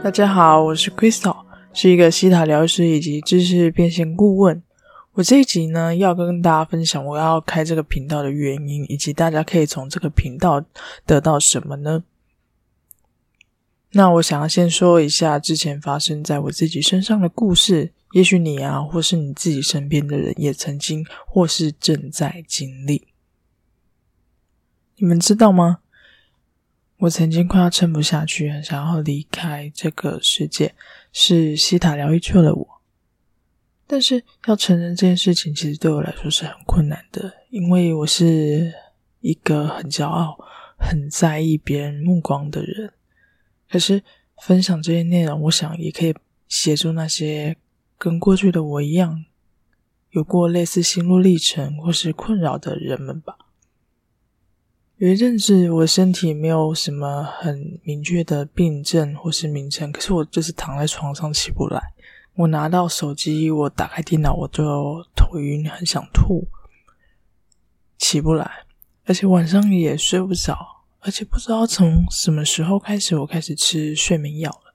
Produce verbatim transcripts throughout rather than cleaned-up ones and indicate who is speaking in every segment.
Speaker 1: 大家好，我是 Crystal， 是一个西塔疗愈师以及知识变现顾问。我这一集呢，要跟大家分享我要开这个频道的原因，以及大家可以从这个频道得到什么呢？那我想要先说一下之前发生在我自己身上的故事，也许你啊，或是你自己身边的人也曾经或是正在经历。你们知道吗？我曾经快要撑不下去，很想要离开这个世界，是西塔疗愈救了我。但是要承认这件事情其实对我来说是很困难的，因为我是一个很骄傲、很在意别人目光的人。可是分享这些内容，我想也可以协助那些跟过去的我一样有过类似心路历程或是困扰的人们吧。有一阵子我身体没有什么很明确的病症或是名称，可是我就是躺在床上起不来。我拿到手机，我打开电脑，我就头晕，很想吐，起不来，而且晚上也睡不着，而且不知道从什么时候开始我开始吃睡眠药了。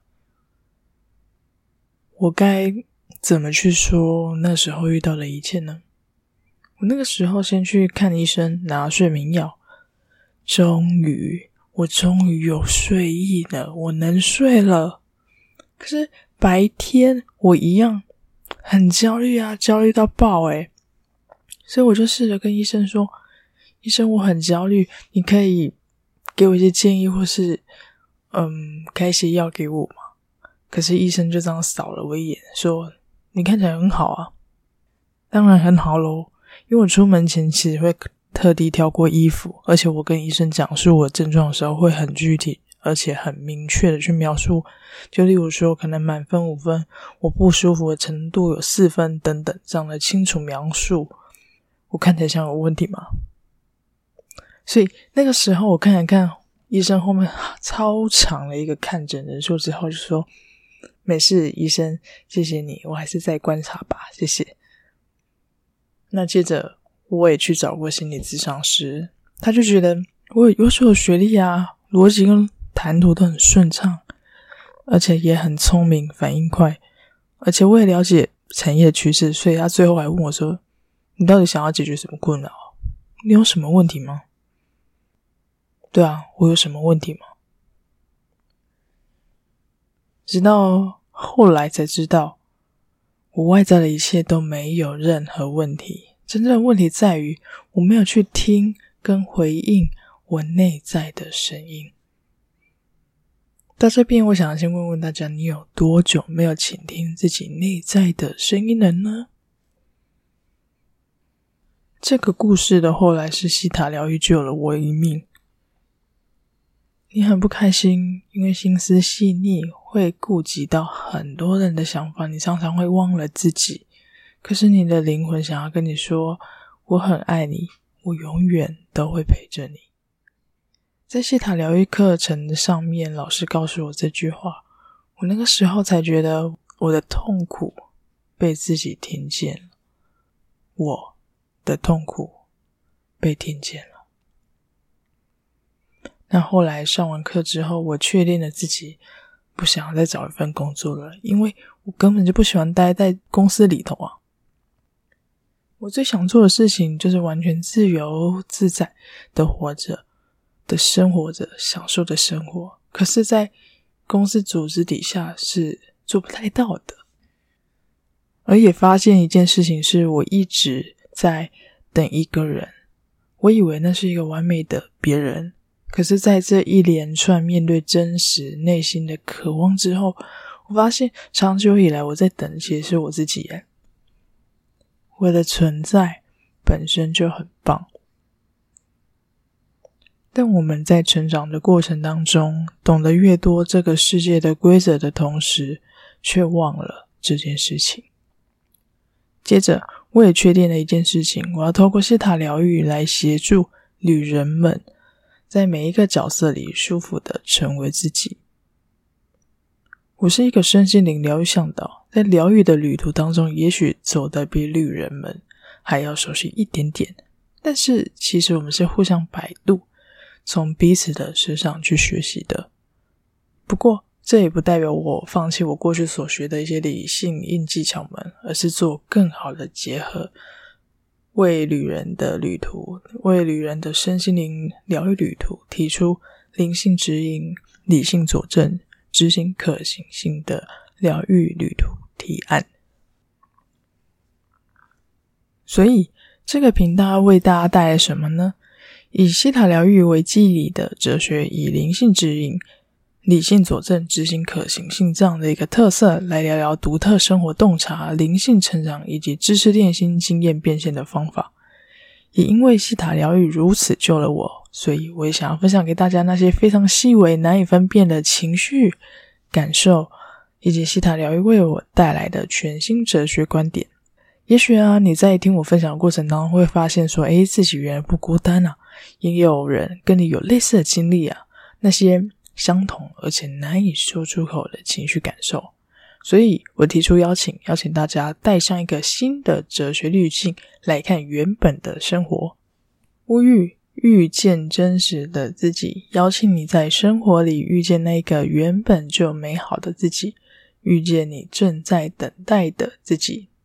Speaker 1: 我该怎么去说那时候遇到的一切呢？我那个时候先去看医生，拿睡眠药，终于我终于有睡意了，我能睡了。可是白天我一样很焦虑啊，焦虑到爆诶。所以我就试着跟医生说，医生我很焦虑，你可以给我一些建议，或是嗯开一些药给我吗？可是医生就这样扫了我一眼，说你看起来很好啊。当然很好咯，因为我出门前其实会特地挑过衣服，而且我跟医生讲述我的症状的时候会很具体而且很明确的去描述，就例如说可能满分五分，我不舒服的程度有四分等等，这样的清楚描述。我看起来像有问题吗？所以那个时候我看一看医生后面超长的一个看诊人数之后，就说没事医生，谢谢你，我还是再观察吧，谢谢。那接着我也去找过心理咨商师，他就觉得我有优秀的学历啊，逻辑跟谈吐都很顺畅，而且也很聪明，反应快，而且我也了解产业趋势，所以他最后还问我说，你到底想要解决什么困扰？你有什么问题吗？对啊，我有什么问题吗？直到后来才知道，我外在的一切都没有任何问题，真正的问题在于我没有去听跟回应我内在的声音。到这边我想先问问大家，你有多久没有倾听自己内在的声音了呢？这个故事的后来是西塔疗愈救了我一命。你很不开心，因为心思细腻，会顾及到很多人的想法，你常常会忘了自己。可是你的灵魂想要跟你说，我很爱你，我永远都会陪着你。在西塔疗愈课程上面，老师告诉我这句话，我那个时候才觉得我的痛苦被自己听见了，我的痛苦被听见了。那后来上完课之后，我确定了自己不想再找一份工作了，因为我根本就不喜欢待在公司里头啊。我最想做的事情就是完全自由自在的活着，的生活着，享受的生活。可是在公司组织底下是做不太到的。而也发现一件事情，是我一直在等一个人，我以为那是一个完美的别人，可是在这一连串面对真实内心的渴望之后，我发现长久以来我在等的其实是我自己耶。我的存在本身就很棒，但我们在成长的过程当中，懂得越多这个世界的规则的同时，却忘了这件事情。接着我也确定了一件事情，我要透过西塔疗愈来协助旅人们在每一个角色里舒服的成为自己。我是一个身心灵疗愈向导，在疗愈的旅途当中，也许走得比旅人们还要熟悉一点点，但是其实我们是互相摆渡，从彼此的身上去学习的。不过这也不代表我放弃我过去所学的一些理性硬技巧们，而是做更好的结合，为旅人的旅途，为旅人的身心灵疗愈旅途提出灵性指引、理性佐证、执行可行性的疗愈旅途提案。所以这个频道为大家带来什么呢？以西塔疗愈为基底的哲学，以灵性指引、理性佐证、执行可行性这样的一个特色，来聊聊独特生活洞察、灵性成长以及知识炼心经验变现的方法。也因为西塔疗愈如此救了我，所以我也想要分享给大家那些非常细微难以分辨的情绪、感受，以及西塔疗愈为我带来的全新哲学观点。也许啊，你在听我分享的过程当中会发现说，诶，自己原来不孤单啊，也有人跟你有类似的经历啊，那些相同而且难以说出口的情绪感受。所以我提出邀请，邀请大家带上一个新的哲学滤镜来看原本的生活，呼吁遇见真实的自己，邀请你在生活里遇见那个原本就美好的自己，遇见你正在等待的自己，